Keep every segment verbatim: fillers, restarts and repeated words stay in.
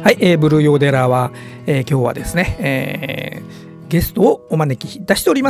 はい、えー、ブルーヨーデラーは、えー、今日はですね、えー、ゲストをお招き出しております。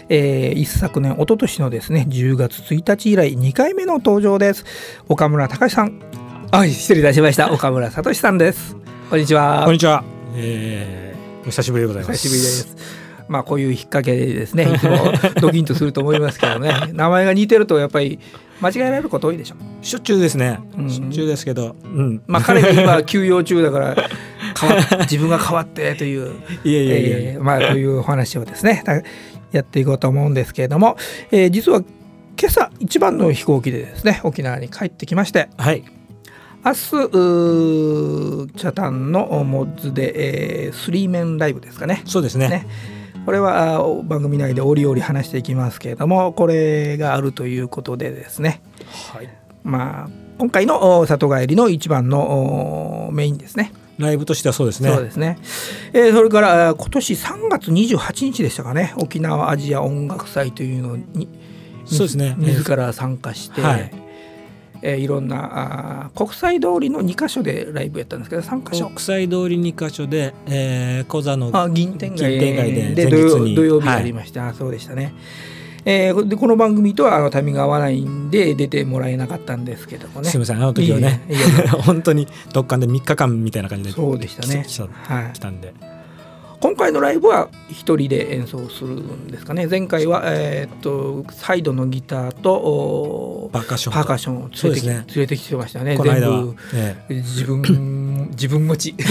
えー、一昨年、一昨年のですね、じゅうがつついたち以来にかいめの登場です。岡村隆史さん。あ、失礼いたしました。岡村聡さんです。こんにちは。 こんにちは。えー、お久しぶりでございます。 久しぶりです。まあ、こういう引っ掛けでですね、いつもドキンとすると思いますけどね、名前が似てるとやっぱり間違えられること多いでしょ。 しょっちゅうですね、 うん、 しょっちゅうですけど、うん、 まあ、彼が今休養中だから変わ自分が変わってといういやいやいや、 えーまあ、というお話をですねやっていこうと思うんですけれども、えー、実は今朝一番の飛行機でですね沖縄に帰ってきまして、 はい、 明日北谷のモッズで、えー、スリーメンライブですかね。 そうですね。 ね、これは番組内で折々話していきますけれども、これがあるということでですね、 はい、 まあ、今回の里帰りの一番のメインですね。 ライブとしてはそうですね。 そうですね、えー、それから今年さんがつにじゅうはちにちでしたかね、沖縄アジア音楽祭というのにそうですね、 自ら参加して、はい、えー、いろんなあ国際通りのにかしょでライブやったんですけど、さんかしょ国際通りにかしょで、えー、小座のあ銀天街でで土 曜, 土曜日ありました、はい、そうでしたね。えー、でこの番組とはあのタイミング合わないんで出てもらえなかったんですけどもね。 すみません、あの時はね、いやいや本当にどっかでみっかかんみたいな感じでそうでしたね。 来た、 はい、 来たんで、 今回のライブは一人で演奏するんですかね。前回は、えー、っとサイドのギターとパーカッションパーカッションを連れてき、ね、連れてきてましたね。 この間は、 全部、 ね、 自分自分持ち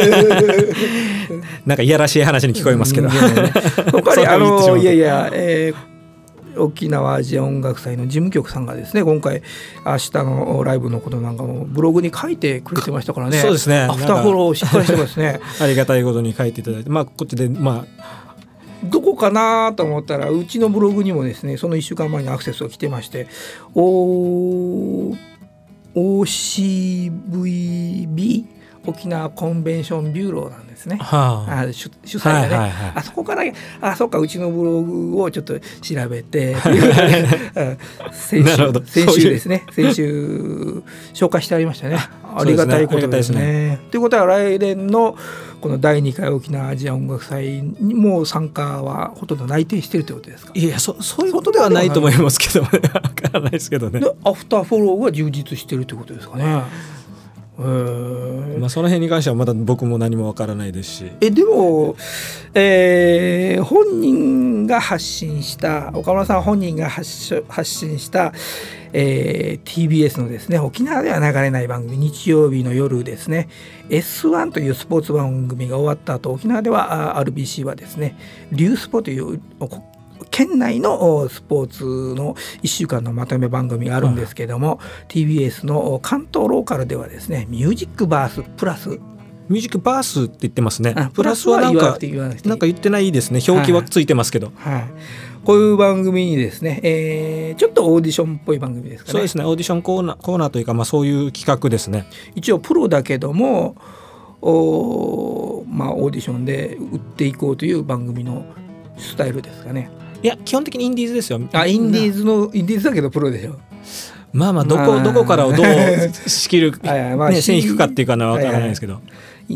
なんかいやらしい話に聞こえますけど、 うん、いやいやね、やっぱりあのいやいや、えー沖縄アジア音楽祭の事務局さんがですね、今回明日のライブのことなんかもブログに書いてくれてましたからね。 そうですね、 アフターフォローしっかりしてますねありがたいことに書いていただいて、まあこっちでまあどこかなと思ったらうちのブログにもですね、そのいっしゅうかんまえにアクセスが来てまして、 オーシーブイビー 沖縄コンベンションビューローなんですね、はあ、あ 主, 主催がね、はいはいはい、あそこからあそうかうちのブログをちょっと調べて先週先週ですね先週紹介してありましたね。ありがたいことですね。ということは来年のこのだいにかい沖縄アジア音楽祭にも参加はほとんど内定しているということですか。 いや そ, そういうことではないと思いますけど、ね、分からないですけどね。 でアフターフォローが充実しているということですかね。えーまあ、その辺に関してはまだ僕も何もわからないですし、 えでも、えー、本人が発信した岡村さん本人が発, 発信した、えー、ティービーエス のですね沖縄では流れない番組、日曜日の夜ですね エスワン というスポーツ番組が終わった後、沖縄では アールビーシー はですねリュースポという県内のスポーツのいっしゅうかんのまとめ番組があるんですけども、うん、ティービーエス の関東ローカルではですねミュージックバースプラスミュージックバースって言ってますね。 プラスはなんかなんか言ってないですね。表記はついてますけど、 はいはい、こういう番組にですね、えー、ちょっとオーディションっぽい番組ですかね。 そうですね、オーディションコーナー、コーナーというか、まあ、そういう企画ですね。 一応プロだけどもお、まあ、オーディションで売っていこうという番組のスタイルですかね。 いや基本的にインディーズですよ。 あインディーズのインディーズだけどプロでしょ。 まあまあどこ、まあ、どこからをどう仕切るはい、まあね、線引くかっていうかのは分からないですけど、はいはい、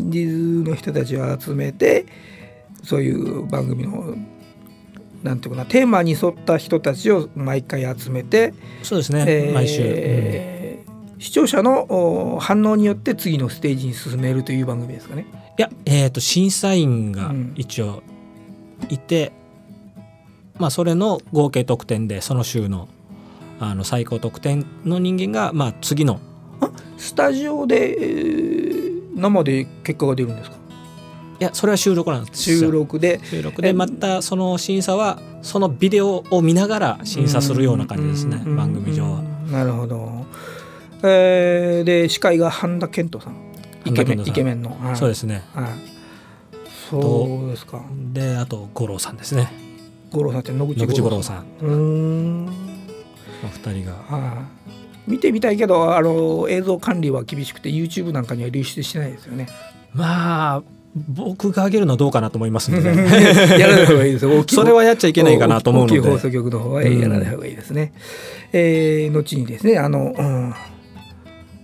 インディーズの人たちを集めてそういう番組のなんていうかなテーマに沿った人たちを毎回集めて、 そうですね、えー、毎週、 うん、視聴者の反応によって次のステージに進めるという番組ですかね。 いや、えーと、審査員が一応いて、うんまあ、それの合計得点でその週 の, あの最高得点の人間が、まあ、次のスタジオで、えー、生で結果が出るんですか。 いやそれは収録なんですよ。 収録で収録でまたその審査はそのビデオを見ながら審査するような感じですね、番組上は。 なるほど、えー、で司会が半田健人さん、イケメン、イケメンの、 はい、そうですね、 はい、そうですか。 であと五郎さんですね。 五郎さんって野口五郎さん、 うーんお二人が、 はあ、見てみたいけどあの映像管理は厳しくて YouTube なんかには流出してないですよね。 まあ僕が上げるのはどうかなと思いますので、ね、 やらない方がいいですよ。 それはやっちゃいけないかなと思うので、 大きい放送局の方はやらない方がいいですね、うん、えー、後にですねあの、うん、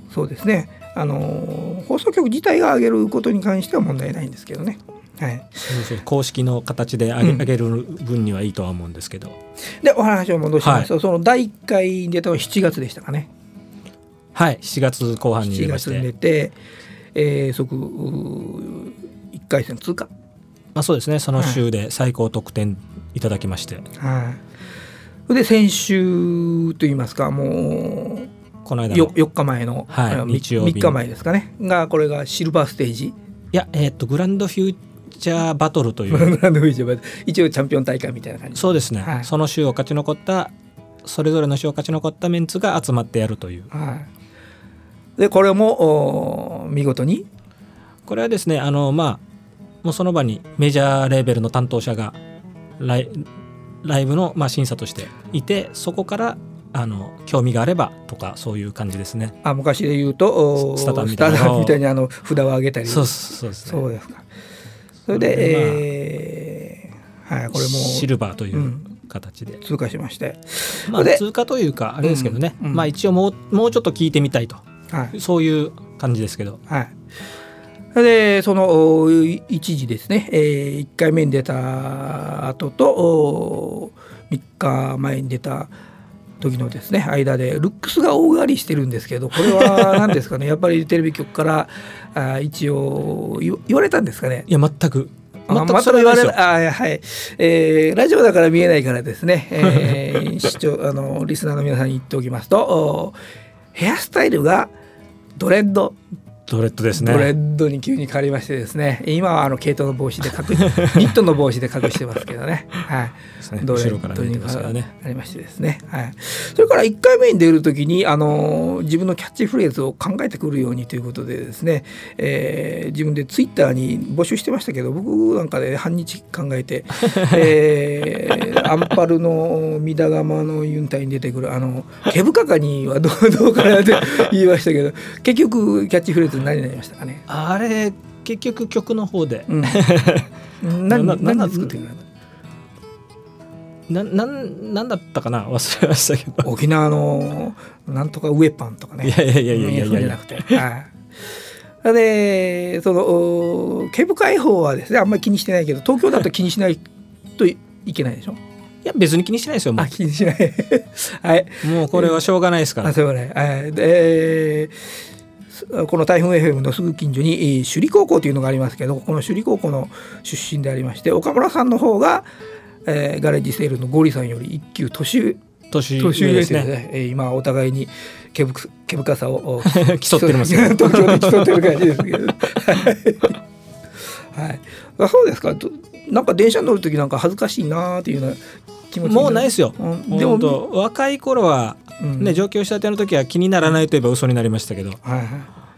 そうですね、あの放送局自体が上げることに関しては問題ないんですけどね。はい、 そうそう公式の形で上げ、うん、上げる分にはいいとは思うんですけど。 でお話を戻しますと、はい、そのだいいっかいに出たのはしちがつでしたかね。 はい、しちがつこう半に出まして、しちがつに出て、えー、即いっかい戦通過、 まあ、そうですね、その週で最高得点いただきまして、 はい、で先週といいますか、もうこの間のよ, よっかまえの、 はい、日曜日みっかまえですかねが、これがシルバーステージ、 いや、えー、とグランドフューチャーバトルというグランドフューチャーバトル、一応チャンピオン大会みたいな感じ。 そうですね、 はい、 その週を勝ち残ったそれぞれの週を勝ち残ったメンツが集まってやるという、 はい、でこれも見事に、 これはですね、あのまあもうその場にメジャーレーベルの担当者がライ、ライブのまあ審査としていて、そこからあの興味があればとか、そういう感じですね。 あ、昔で言うとスタタンみたい な, みたいにあの札を上げたり。 そうそうですね。 そうですか。それで、まあえーはい、これもシルバーという形で、うん、 通過しまして、 まあ、通過というかあれですけどね、うんうん、まあ、一応もう、もうちょっと聞いてみたいと、はい、そういう感じですけど、 はい、でその一時ですね、えー、いっかいめに出た後とみっかまえに出た時のですね間でルックスが大変わりしてるんですけど、これは何ですかねやっぱりテレビ局からあ一応言われたんですかね。 いや全く全くそれは言われあ、はい、えー、ラジオだから見えないからですね、えー、視聴あのリスナーの皆さんに言っておきますと、ヘアスタイルがドレッドドレッドですね。 ドレッドに急に変わりましてですね、今はあの毛糸の帽子で隠ニットの帽子で隠してますけどね、はい、 ドレッドに変わりましてですね、はい、それからいっかいめに出るときにあの自分のキャッチフレーズを考えてくるようにということでですね、えー、自分でツイッターに募集してましたけど、僕なんかで半日考えて、えー、アンパルの三田釜のユンタに出てくるあの毛深かにはどうどうかなって言いましたけど、結局キャッチフレーズ何になりましたかね。 あれ結局曲の方で、うん、 何, 何作ってくれなななんだったかな、忘れましたけど、 沖縄のなんとかウエパンとかね。 いやいやいやいやいやいやじゃなくて、はい、でその毛深い方はですねあんまり気にしてないけど、東京だと気にしないといけないでしょ。 いや別に気にしないですよ。もうあ気にしないはい、 もうこれはしょうがないですから。 あしょうがない、はい、でこの台風 エフエム のすぐ近所に首里高校というのがありますけど、この首里高校の出身でありまして、岡村さんの方が、えー、ガレージセールのゴリさんより一級年上年上ですね。 ね、えー、今お互いに毛深、毛深さを競ってますよ東京で競ってる感じですけどはい、あそうですか。なんか電車に乗るときなんか恥ずかしいなっていうような気持ち。 もうないですよ、 うん、 でも若い頃はね、うん、上京したての時は気にならないといえば嘘になりましたけど、はいはい、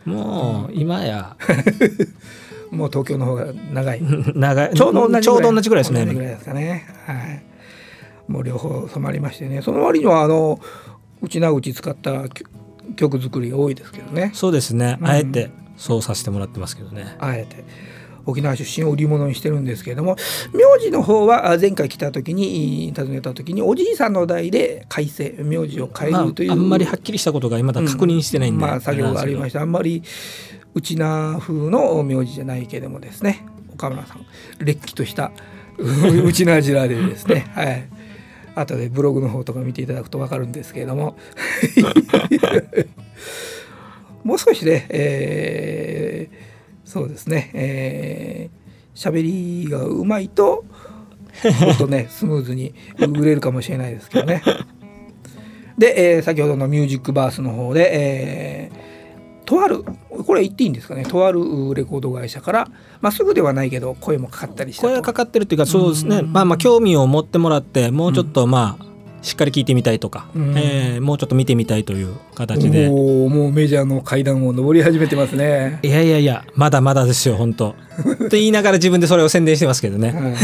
もう今やもう東京の方が長い長いちょうど同じぐらい、 ちょうど同じぐらいですね。 同じぐらいですかね、はい、もう両方染まりましてね、その割にはあのうちなうち使った曲作りが多いですけどね。 そうですね、うん、あえてそうさせてもらってますけどね。 あえて沖縄出身を売り物にしてるんですけれども、名字の方は前回来た時に訪ねた時におじいさんの代で改正名字を変えるという、 まあ、あんまりはっきりしたことがまだ確認してないんで、 うんまあ、作業がありまして、あんまりうちな風の名字じゃないけどもですね、岡村さんれっきとしたうちなじらでですね、はい、後でブログの方とか見ていただくと分かるんですけれどももう少しね、えーそうですね、えー、喋りがうまいともっとねスムーズに売れるかもしれないですけどねで、えー、先ほどのミュージックバースの方で、えー、とあるこれ言っていいんですかね、とあるレコード会社から、まあ、すぐではないけど声もかかったりしたと。 声がかかってるっていうか、そうですね、まあまあ興味を持ってもらってもうちょっとまあ、うんしっかり聞いてみたいとか、うんえー、もうちょっと見てみたいという形で、 おもうメジャーの階段を上り始めてますね。 いやいやいやまだまだですよ本当と言いながら自分でそれを宣伝してますけどね、はいはい、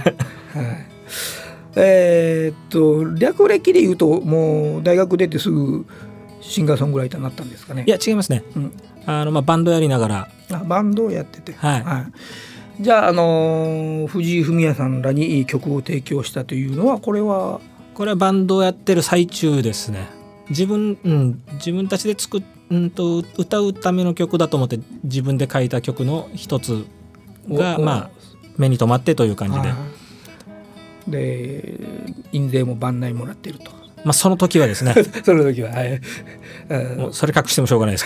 えー、っと略歴で言うともう大学出てすぐシンガーソングライターになったんですかね。 いや違いますね、うん、あのまあバンドやりながらあバンドをやってて、 はいはい、 じゃあ、あのー、藤井フミヤさんらに曲を提供したというのはこれはこれはバンドをやってる最中ですね。自分、うん、自分たちで作っうんと歌うための曲だと思って自分で書いた曲の一つがまあ目に留まってという感じで、 で印税も番内もらっていると、 まあ、その時はですねその時は、はい、 もうそれ隠してもしょうがないですから、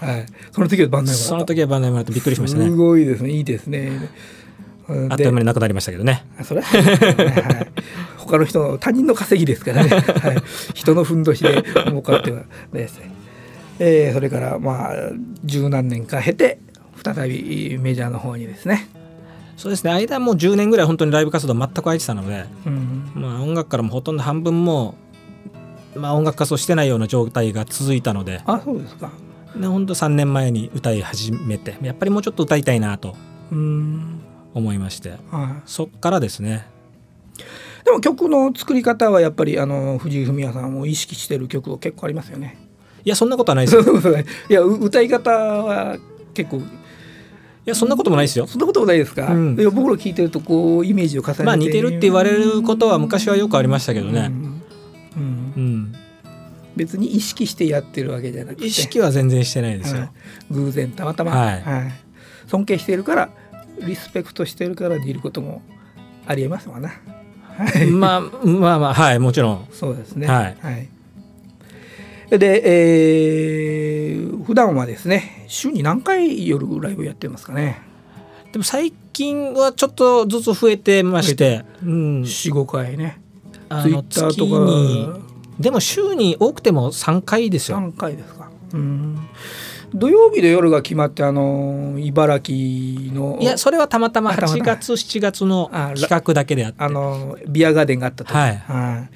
はい、その時は番内もらった。 その時は番内もらってびっくりしましたね。 すごいですね、いいですね。 あっという間になくなりましたけどね。 それは、ね、はい、他の人の他人の稼ぎですからね、はい、人のふんどしで儲かってはですね、えー、それからまあ十何年か経て再びメジャーの方にですね。 そうですね、間もうじゅうねんぐらい本当にライブ活動全く空いてたので、うんまあ、音楽からもほとんど半分も、まあ、音楽活動してないような状態が続いたので。 あ、そうですか。 で本当さんねんまえに歌い始めてやっぱりもうちょっと歌いたいなと思いまして、はい、そっからですね。 でも曲の作り方はやっぱりあの藤井フミヤさんを意識してる曲結構ありますよね。 いやそんなことはないですよいや歌い方は結構、いやそんなこともないですよ。 そんなこともないですか、うん、いや僕ら聞いてるとこうイメージを重ねて、 まあ似てるって言われることは昔はよくありましたけどね、 うんうんうん、別に意識してやってるわけじゃなくて、 意識は全然してないですよ、 はい、偶然たまたま、 はいはい、尊敬しているからリスペクトしているからでいることもありえますわな、はい、 まあまあまあはいもちろんそうですね、 はいはい、で、えー、普段はですね週に何回夜ライブやってますかね。 でも最近はちょっとずつ増えてまして、 うん、よん、ごかいね。 あのツイッターとかにでも週に多くてもさんかいですよ。 さんかいですか。うん、土曜日の夜が決まってあの茨城の、 いやそれはたまたまはちがつしちがつの企画だけであって、 あのビアガーデンがあったと、 はいはい、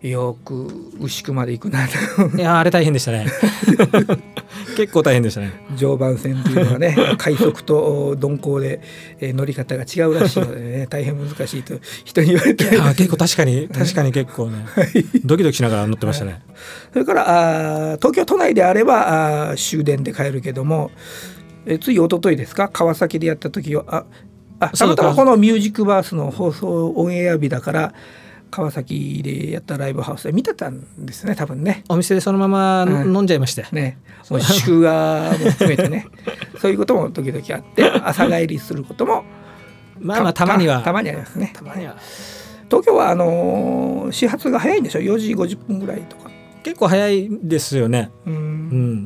よく牛久まで行くなといやあれ大変でしたね結構大変でしたね。 常磐線というのはね快速と鈍行で、えー、乗り方が違うらしいのでね大変難しいと人に言われて、 いや結構確かに確かに結構ねドキドキしながら乗ってましたね、はい、 それからあ東京都内であればあ終電で帰るけども、えつい一昨日ですか川崎でやった時はああたまたまこのミュージックバースの放送オンエア日だから川崎でやったライブハウスで見てたんですね多分ね。 お店でそのまま飲んじゃいまして、 うん、ねもう祝賀も含めてねそういうことも時々あって朝帰りすることもまあまあたまにはた, たまにありますね。 たまには東京はあのー、始発が早いんでしょよじごじゅっぷんぐらいとか結構早いですよね。 うん、うん、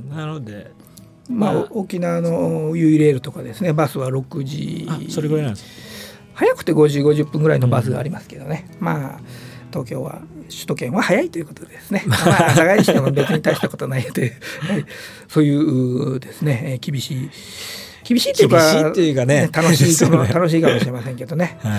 なのでまあ、まあ、沖縄のユイレールとかですねバスはろくじあそれぐらいなんです。 早くてごじごじゅっぷんぐらいのバスがありますけどね、うん、まあ東京は首都圏は早いということですね、まあ、朝帰りしても別に大したことないので、はい、そういうですね厳しい厳しいというか、 厳しいっていうかね楽しいかも、楽しいかもしれませんけどね、はい、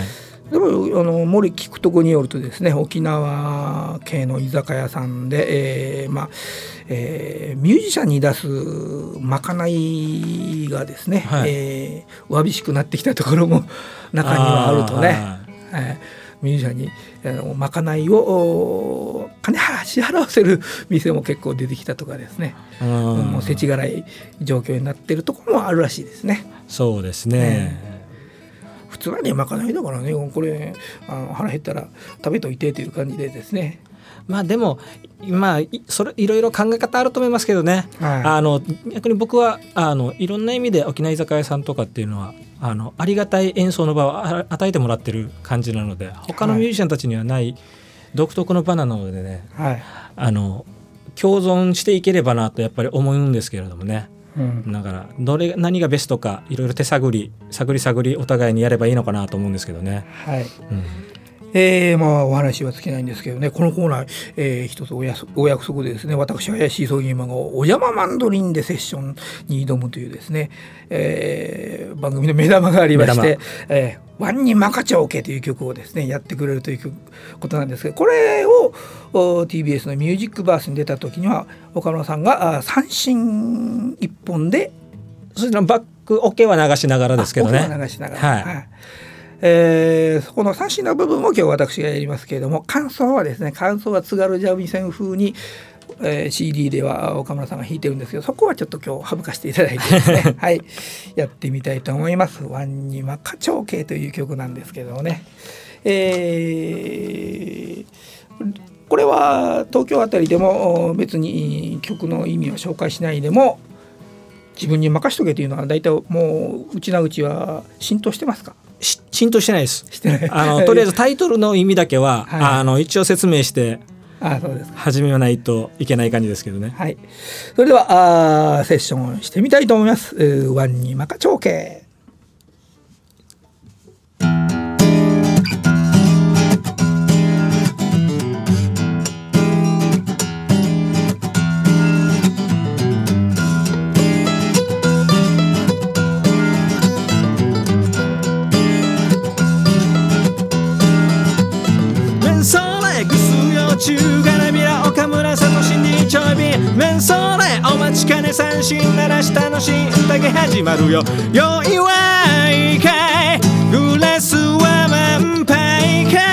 でもあの森聞くとこによるとですね沖縄系の居酒屋さんで、えーまあえー、ミュージシャンに出すまかないがですね、はい、えー、わびしくなってきたところも中にはあるとね、はい、ミュージシャンにあのまかないを金支払わせる店も結構出てきたとかですね、うん、もう世知辛い状況になっているところもあるらしいですね。 そうですね、 うん、普通はねまかないだからねこれあの腹減ったら食べといてという感じでですね。 まあでもまあそれいろいろ考え方あると思いますけどね、はい、あの逆に僕はあのいろんな意味で沖縄居酒屋さんとかっていうのはあのありがたい演奏の場を与えてもらってる感じなので他のミュージシャンたちにはない独特の場なのでね、はい、あの共存していければなとやっぱり思うんですけれどもね、うん、だからどれ何がベストかいろいろ手探り探り探りお互いにやればいいのかなと思うんですけどね、 はい、うん、えーまあ、お話は尽きないんですけどねこのコーナー、えー、一つ お, やお約束でですね私林磯木馬がお邪魔マンドリンでセッションに挑むというですね、えー、番組の目玉がありまして、えー、ワンに任ちゃおけという曲をですねやってくれるということなんですけどこれを ティービーエス のミュージックバースに出た時には岡村さんが三振一本でそしてバックオケは流しながらですけどね。 オケは流しながら、はいはい、えー、そこの三振の部分も今日私がやりますけれども感想はですね感想は津軽三味線風に、えー、シーディー では岡村さんが弾いてるんですけどそこはちょっと今日省かせていただいてですね、はい、やってみたいと思います。ワンにまかちょうけいという曲なんですけどもね、えーこれは東京あたりでも別に曲の意味は紹介しないでも自分に任しとけというのは大体もううちなうちは浸透してますか？ 浸透してないです。 してないあのとりあえずタイトルの意味だけは、はい、あの一応説明して始めないといけない感じですけどね。 はい、それではあセッションしてみたいと思います。ワンにまかちょうけ中からびら岡村聡にちょいびんメンソーレお待ちかね三振鳴らしたのしんだけ始まるよよいはいかいグラスは満杯か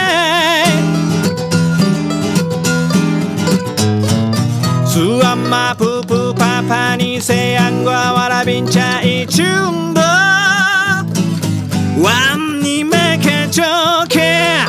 いスワンマプープーパパにせやんごはわらびんちゃいちゅんどワンに負けちょけ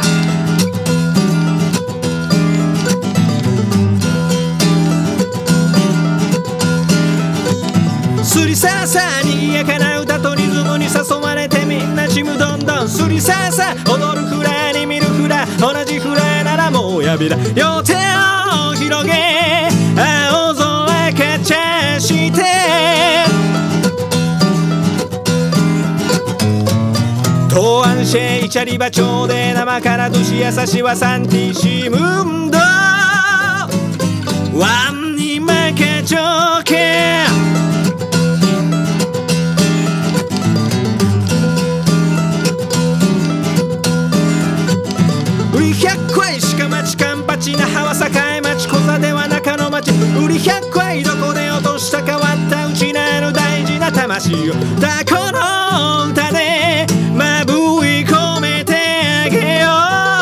すりささにやかな歌とリズムに誘われてみんなちむどんどんすりささ踊るフラに見るフラ同じフラならもうやびら両手を広げ青空かちゃして東安シェイチャリバ町で生から寿司優しはサンティシムンドワンに負けちょけひゃっこいしか町カンパチ那覇は栄町小座では中の町売りひゃっこいどこで落とした変わったうちなる大事な魂をだこの歌でまぶい込めてあげよ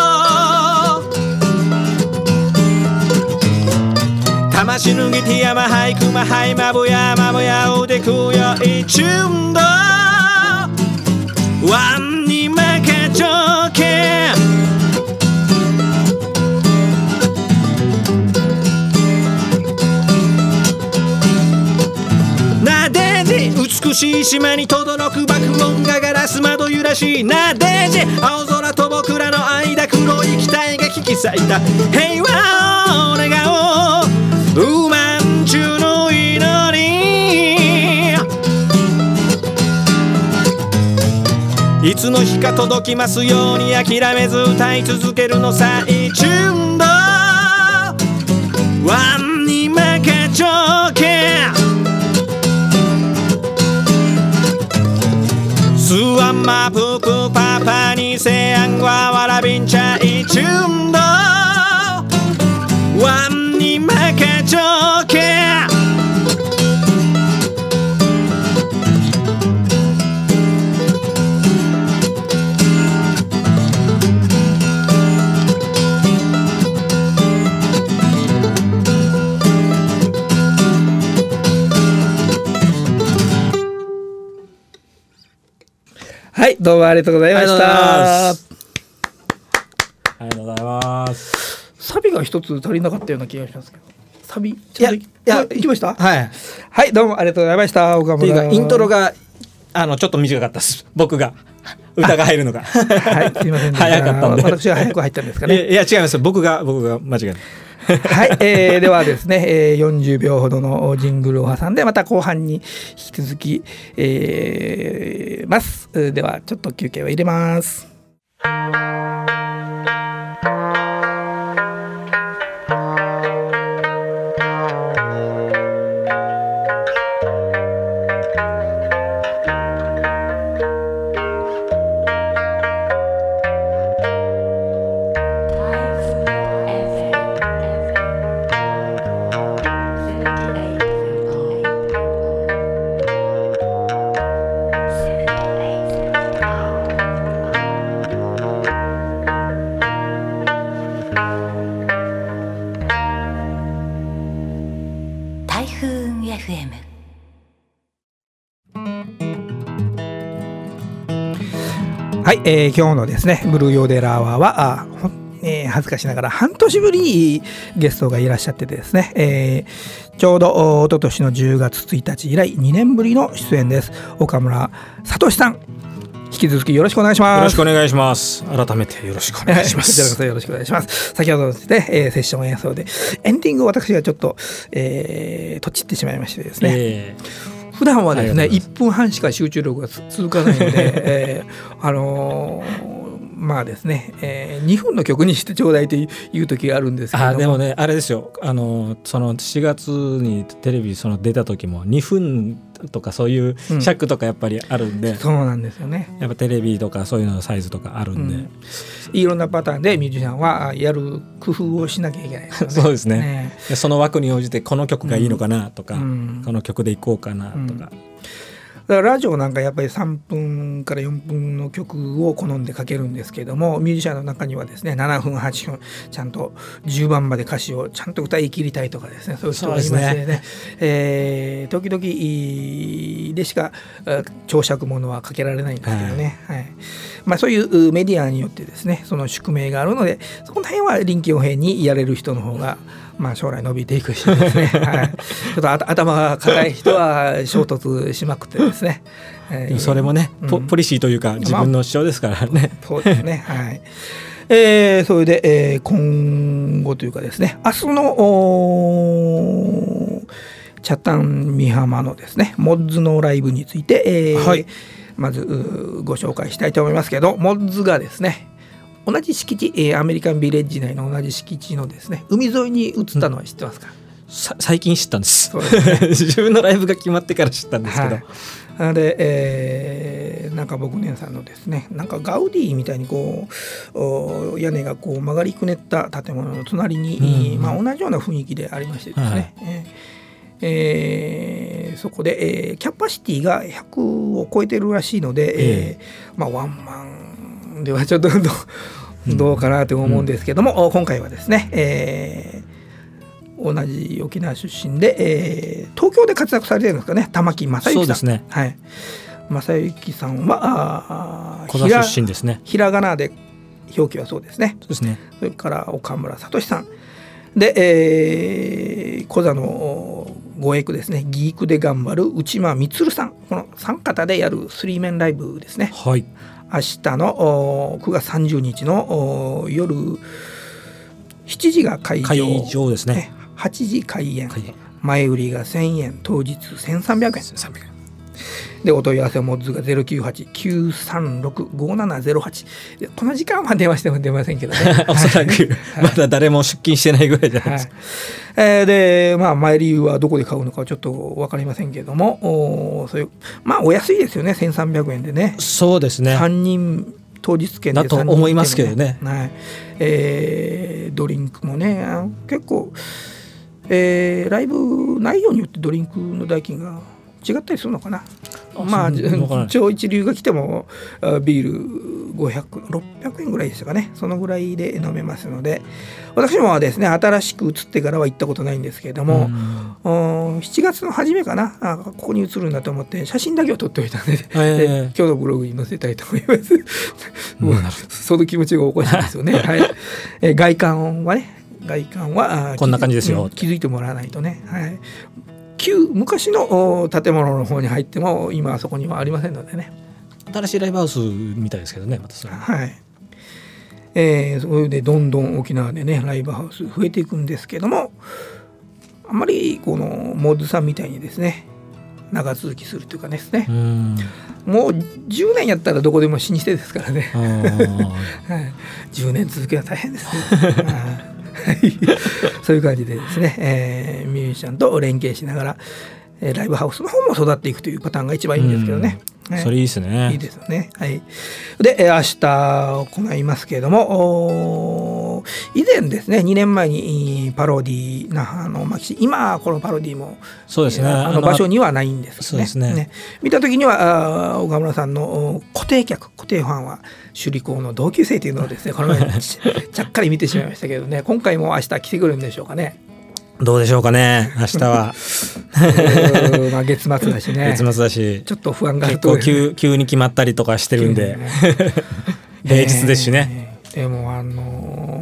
う魂脱ぎて山俳句まはいまぶやまぶやうでくよいちゅんどワンに負けちょけ美しい島に轟く爆音がガラス窓揺らしなでじ青空と僕らの間黒い機体が引き裂いた平和を願おうウーマン中の祈りいつの日か届きますように諦めず歌い続けるのさ一瞬度ワンに負けちょけスワンマプープーパパにせやんごはわらびんちゃいちゅんどワンに負けちょけはいどうもありがとうございました。 ありがとうございます。 サビが一つ足りなかったような気がしますけどサビいやいやいきましたはいはいどうもありがとうございました。岡村イントロがあのちょっと短かったです僕が歌が入るのがはいすいません早かったんで私は早く入ったんですかね。 いや違います僕が僕が間違えたはい、えー、ではですね、えー、よんじゅうびょうほどのジングルを挟んでまた後半に引き続き、えー、ますではちょっと休憩を入れます。はい、えー、今日のですねブルーヨーデラーワーはあえー、恥ずかしながら半年ぶりにゲストがいらっしゃってですね、えー、ちょうどおととしのじゅうがつついたち以来にねんぶりの出演です。岡村聡さん、引き続きよろしくお願いします。 よろしくお願いします。改めてよろしくお願いします。 こちらこそよろしくお願いします。先ほどですね、えー、セッション演奏でエンディングを私がちょっと、えー、とちってしまいましてですね、えー、普段はですねいっぷんはんしか集中力が続かないので、えー、あのーまあですね、えー、にふんの曲にしてちょうだいという時があるんですけども、 あでもねあれですよ、あのそのしがつにテレビその出た時もにふんとかそういう尺とかやっぱりあるんで、うん、 そうなんですよね。 やっぱテレビとかそういうののサイズとかあるんで、うん、 いろんなパターンでミュージシャンはやる工夫をしなきゃいけないですね。 そうですね、ね、でその枠に応じてこの曲がいいのかなとか、うん、この曲でいこうかなとか、うん、 だからラジオなんかやっぱりさんぷんからよんぷんの曲を好んでかけるんですけども、ミュージシャンの中にはですねななふんはっぷんちゃんとじゅうばんまで歌詞をちゃんと歌い切りたいとかですね、そういう人がいましてね、ねえー、時々でしか長尺ものはかけられないんですけどね、はいはい、まあ、そういうメディアによってですねその宿命があるので、そこの辺は臨機応変にやれる人の方がまあ、将来伸びていくしですね、はい、ちょっと頭が固い人は衝突しまくってですね、 えー、それもね、うん、ポ, ポリシーというか自分の主張ですからね、 まあ、そうですね、はい、えー、それで、えー、今後というかですね、明日の北谷美浜のですねモッズのライブについて、えーはい、まずご紹介したいと思いますけど、モッズがですね同じ敷地、えー、アメリカンビレッジ内の同じ敷地のですね海沿いに移ったのは知ってますか？うん、 さ最近知ったんです。そうですね、自分のライブが決まってから知ったんですけど、はい、 なので、えー、なんか僕ねさんのですねなんかガウディみたいにこう屋根がこう曲がりくねった建物の隣に、うん、まあ、同じような雰囲気でありましてですね、はい、えーえー、そこで、えー、キャパシティがひゃくを超えてるらしいので、えーまあ、ワンマンではちょっとどうかなと思うんですけども、うん、今回はですね、えー、同じ沖縄出身で、えー、東京で活躍されてるんですかね、玉木正幸さん。 そうですね、 はい、正幸さんは小田出身ですね。 ひらがなで表記はそうですね。 そうですね。 それから岡村聡さんで、えー、小座のご役ですね、ギークで頑張る内間充さん、このさん方でやるスリーメンライブですね。 はい、 明日のくがつさんじゅうにちの夜しちじが会場、 会場ですね。 はちじ開演、前売りがせんえん、当日せんさんびゃくえんで、お問い合わせはモッズが ゼロきゅうはち きゅうさんろく ごななゼロはち、この時間は電話しても出ませんけどねおそらく、はい、まだ誰も出勤してないぐらいじゃないですか、 はい、えー、で、まあ、前理由はどこで買うのかちょっと分かりませんけども、おそういうまあお安いですよね、せんさんびゃくえんでね。 そうですね、 さんにん当日券でだと思いますけどね、 はい、えー、ドリンクもね結構、えー、ライブ内容によってドリンクの代金が違ったりするのかな。まあ超一流が来てもビールごひゃく、ろっぴゃくえんぐらいでしたかね、そのぐらいで飲めますので、私もですね新しく移ってからは行ったことないんですけれども、しちがつの初めかな、あここに移るんだと思って写真だけを撮っておいたの で,、えー、で今日のブログに載せたいと思いますもうその気持ちがおかしいですよね、はい、え外観はね外観はこんな感じですよ、 気づいてもらわないとね、はい、旧昔の建物の方に入っても今あそこにはありませんのでね、 新しいライブハウスみたいですけどね、またそれ、 はい、えー、それでどんどん沖縄でねライブハウス増えていくんですけども、あんまりこのモッズさんみたいにですね長続きするというかですね、うんもうじゅうねんやったらどこでも老舗ですからね、はい、じゅうねん続けは大変ですねそういう感じでですね、えー、ミュージシャンと連携しながら、えー、ライブハウスの方も育っていくというパターンが一番いいんですけどね、 うん、それいいですね。 いいですよね、はい、で、えー、明日行いますけれども、以前ですねにねんまえにパロディ那覇の牧師、今このパロディもそうですね、 えー、あの場所にはないんですけどね、 そうですね、 ね見た時には岡村さんの固定客固定ファンは首里校の同級生というのをですねこの前ち, ちゃっかり見てしまいましたけどね、今回も明日来てくるんでしょうかね。 どうでしょうかね、明日はまあ月末だしね月末だしちょっと不安があると結構 急, 急に決まったりとかしてるんで、ね、平日ですしね、 えー、でもあの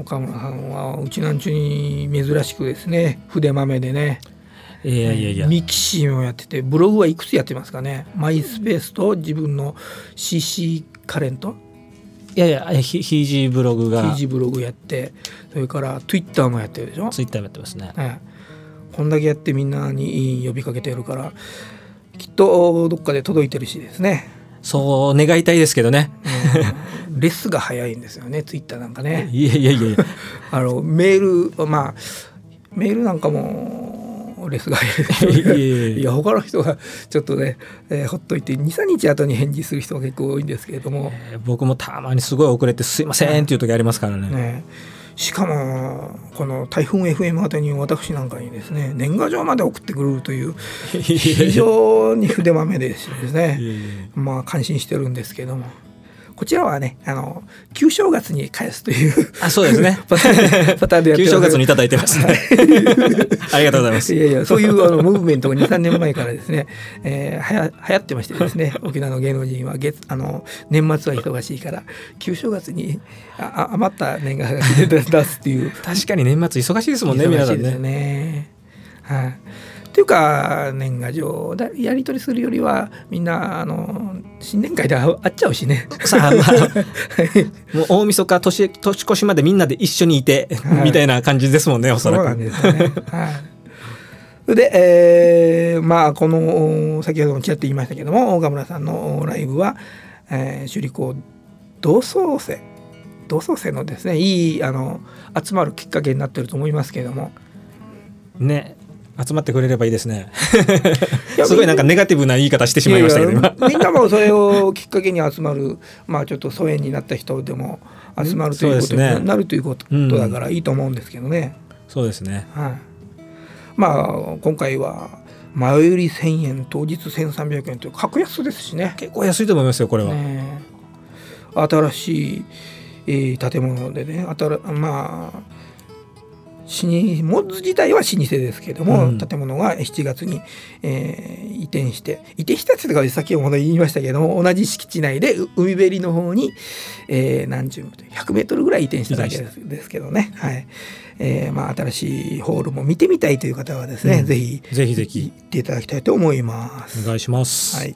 岡村さんはうちなんちゅうに珍しくですね、筆豆でね、 いやいやいや、 ミキシーもやってて、ブログはいくつやってますかね。マイスペースと自分の シーシー カレント、 いやいや、ひひいじブログが、 ひいじブログやって、それから Twitter もやってるでしょ。 ツイッターもやってますね、 はい、こんだけやってみんなに呼びかけてるから、きっとどっかで届いてるしですね。 そう願いたいですけどね、 うん、レスが早いんですよね、ツイッターなんかね。 いやいやいやいやあのメール、まあメールなんかもレスが早いいやいやいや、他の人がちょっとね、えー、ほっといて にさんにち後に返事する人が結構多いんですけれども、 えー、僕もたまにすごい遅れてすいませんっていう時ありますからね。 ね、しかもこの台風 エフエム 宛てに私なんかにですね、年賀状まで送ってくるという非常に筆まめでですねまあ感心してるんですけども、こちらはね、あの旧正月に返すというあ、そうですねパターン、パターンでやってます。 旧正月にいただいてますねありがとうございます。 いやいや、そういうあのムーブメントが にさんねんまえからですね、えー、はや流行ってましてですね、沖縄の芸能人は月あの年末は忙しいから旧正月にあ余った年賀が出すっていう。 確かに年末忙しいですもんね、皆さんね。 ね、はい、っていうか年賀状だやり取りするよりはみんなあの新年会で会っちゃうしね。 さあ、まあ、もう大晦日 年, 年越しまでみんなで一緒にいて、はい、みたいな感じですもんね、おそらく。 そうなんですよね、はい、で、えー、まあこの先ほどもちらっと言いましたけども、岡村さんのライブは、えー、首里校同窓生同窓生のですね、いいあの集まるきっかけになってると思いますけれどもね、集まってくれればいいですねすごいなんかネガティブな言い方してしまいましたけど、 いやいやみんなもそれをきっかけに集まる、まあちょっと疎遠になった人でも集まるということになるということだからいいと思うんですけどね。 そうですね、 はい、まあ今回は前売りせんえん当日せんさんびゃくえんという格安ですしね。 結構安いと思いますよこれは、 ね、新しい、えー、建物でね、新まあモッズ自体は老舗ですけども、うん、建物がしちがつに、えー、移転して移転したっていうか、さっきも言いましたけども、同じ敷地内で海べりの方に、えー、何十ひゃくメートルぐらい移転しただけです、ですけどね、はい、えーまあ、新しいホールも見てみたいという方はですね、うん、ぜひぜひぜひ行っていただきたいと思います。 お願いします。 はい、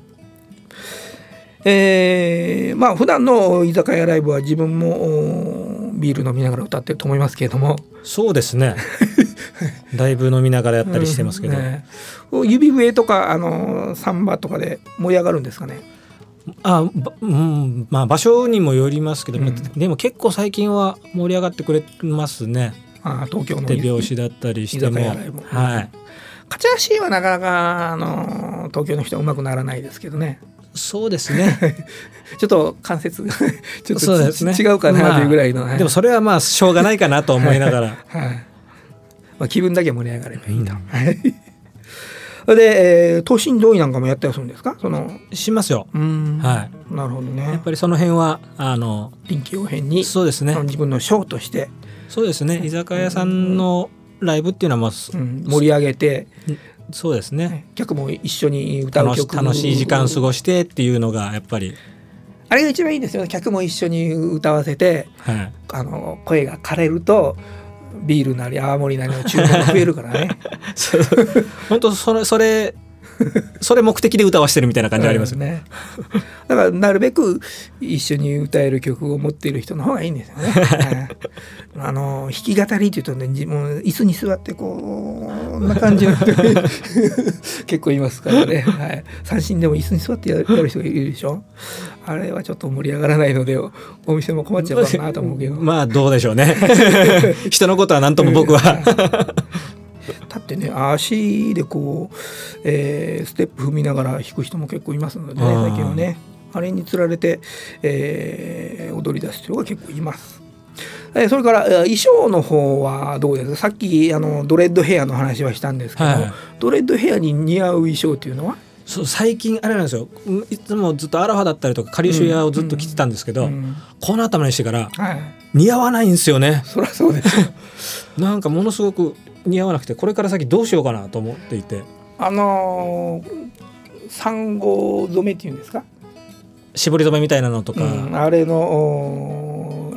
えー、まあ普段の居酒屋ライブは自分もビール飲みながら歌ってると思いますけれども。 そうですねだいぶ飲みながらやったりしてますけど、うんね、 指笛とかあのサンバとかで盛り上がるんですかね。 あ、うんまあ、場所にもよりますけど、うん、でも結構最近は盛り上がってくれますね。 あ、東京の手拍子だったりしても、はい、 勝ち足はなかなかあの東京の人はうまくならないですけどね。 そうですねちょっと関節がちょっと、ね、違うかなというぐらいの、まあはい、でもそれはまあしょうがないかなと思いながら、 はい、まあ、気分だけ盛り上がればいいと、うん、で、えー、等身同意なんかもやったりするんですか。そのしますよ。うん、はい、 なるほどね。 やっぱりその辺はあの臨機応変に、 そうですね、 自分のショーとして、 そうですね、居酒屋さんのライブっていうのは、まあうん、盛り上げて、 そうですね、 客も一緒に歌う曲、 楽しい時間過ごしてっていうのがやっぱりあれが一番いいですよね。客も一緒に歌わせて、はい、あの声が枯れるとビールなり泡盛なりの注文が増えるからね本当それそれそれ目的で歌わしてるみたいな感じありますよね。 だからなるべく一緒に歌える曲を持っている人の方がいいんですよねあの弾き語りっていうとね、自分椅子に座ってこんな感じの人結構いますからね、はい、三振でも椅子に座ってやる人がいるでしょ。あれはちょっと盛り上がらないのでお店も困っちゃうかなと思うけどまあどうでしょうね人のことは何とも僕はだってね、足でこう、えー、ステップ踏みながら弾く人も結構いますのでね、最近はね、あれにつられて、えー、踊り出す人が結構います。えー、それから衣装の方はどうですか。さっきあのドレッドヘアの話はしたんですけど、はい、ドレッドヘアに似合う衣装っていうのは。 そう、最近あれなんですよ、いつもずっとアロハだったりとかカリシュヤをずっと着てたんですけど、うんうん、この頭にしてから、はい、似合わないんですよね。 そりゃそうですなんかものすごく似合わなくて、これから先どうしようかなと思っていて、 あのー、産後染めっていうんですか、 絞り染めみたいなのとか、うん、あれの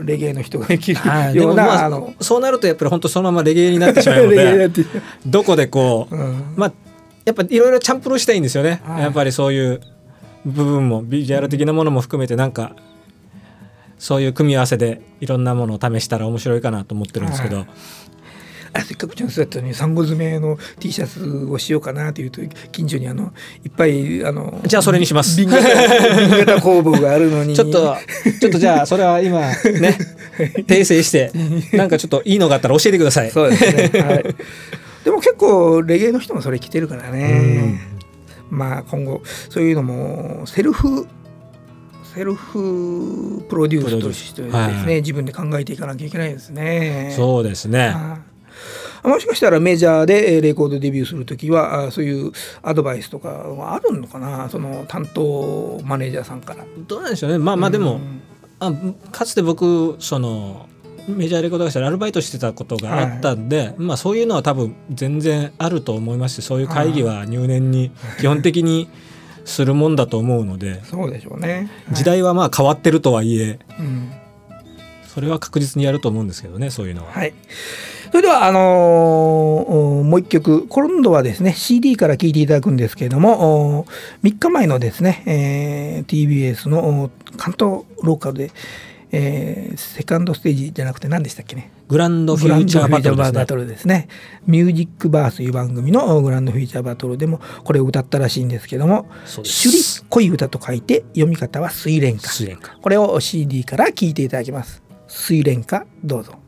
レゲエの人ができるはい、 ような、 まあ、あのそうなるとやっぱり本当そのままレゲエになってしまうのでどこでこう、うん、まあやっぱいろいろチャンプルしたいんですよね、はい、やっぱりそういう部分もビジュアル的なものも含めてなんかそういう組み合わせでいろんなものを試したら面白いかなと思ってるんですけど、はい、 あせっかくチャンスだったのにサンゴ詰めの T シャツをしようかなというと近所にあのいっぱいあのじゃあそれにします瓶型瓶型工房があるのにちょっとちょっとじゃあそれは今ね訂正してなんかちょっといいのがあったら教えてください。 そうですね、はい、でも結構レゲエの人もそれ着てるからね、まあ今後そういうのもセルフセルフプロデュースとしてですね、はい、自分で考えていかなきゃいけないですね。 そうですね、 もしかしたらメジャーでレコードデビューするときはそういうアドバイスとかはあるのかな、その担当マネージャーさんから。 どうなんでしょうね。まあまあでも、うん、あかつて僕そのメジャーレコード会社でアルバイトしてたことがあったんで、はい、まあそういうのは多分全然あると思いますし、そういう会議は入念に基本的にするもんだと思うので、 そうでしょうね、はい、 時代はまあ変わってるとはいえ、うん、それは確実にやると思うんですけどね、そういうのは。 はい、それではあのー、もう一曲今度はですね シーディー から聴いていただくんですけれども、みっかまえのですね、えー、ティービーエス の関東ローカルで、えー、セカンドステージじゃなくて何でしたっけね、 グランドフューチャーバトルですね。 バトルですね。ミュージックバースという番組のグランドフューチャーバトルでもこれを歌ったらしいんですけども、首里恋歌と書いて読み方は睡蓮花。睡蓮花、これを シーディー から聴いていただきます。睡蓮花どうぞ。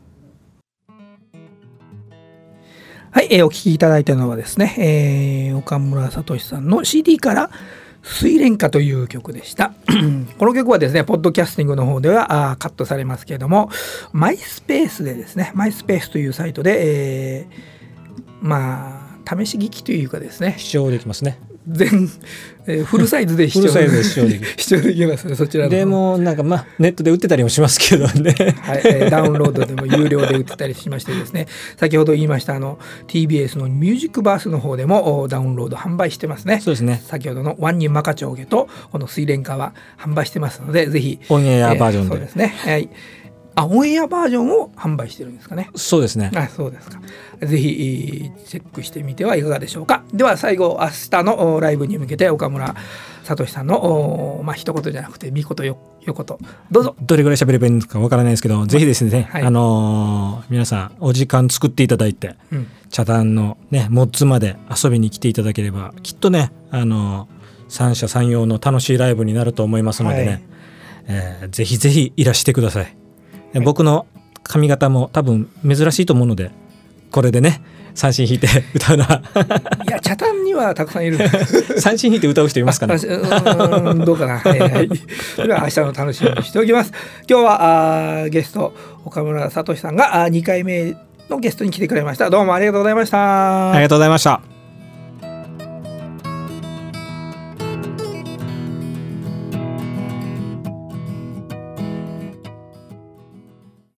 はい、えー、お聴きいただいたのはですね、えー、岡村聡さんの シーディー から睡蓮花という曲でしたこの曲はですねポッドキャスティングの方ではあカットされますけれども、マイスペースでですねマイスペースというサイトで、えー、まあ試し聞きというかですね視聴できますね。 全、えー、フルサイズで視聴できますね。そちらのでもなんかまあネットで売ってたりもしますけどねはい、えー、ダウンロードでも有料で売ってたりしましてですね、先ほど言いましたあの ティービーエス のミュージックバースの方でもダウンロード販売してますね。 そうですね、 先ほどのワンニンマカチョウゲとこの睡蓮花は販売してますので、ぜひオンエアバージョンで、えー、そうですね、はい、あオンエアバージョンを販売してるんですかね。 そうですね。 あそうですか。ぜひチェックしてみてはいかがでしょうか。では最後明日のライブに向けて岡村聡さんのまあ一言じゃなくてみことよ横とどうぞ。 どれぐらい喋ればいいのかわからないですけど、ぜひですね、はい、あのー、皆さんお時間作っていただいて、うん、茶壇のねモッツまで遊びに来ていただければきっとね、あのー、三者三様の楽しいライブになると思いますのでね、はい、えー、ぜひぜひいらしてください。はい、僕の髪型も多分珍しいと思うので、これでね三振弾いて歌うのはいや茶壇にはたくさんいる三振弾いて歌う人いますかね。 うんどうかな、はいはい、それは明日の楽しみにしておきます。今日はあゲスト岡村聡さんがにかいめのゲストに来てくれました。どうもありがとうございました。 ありがとうございました。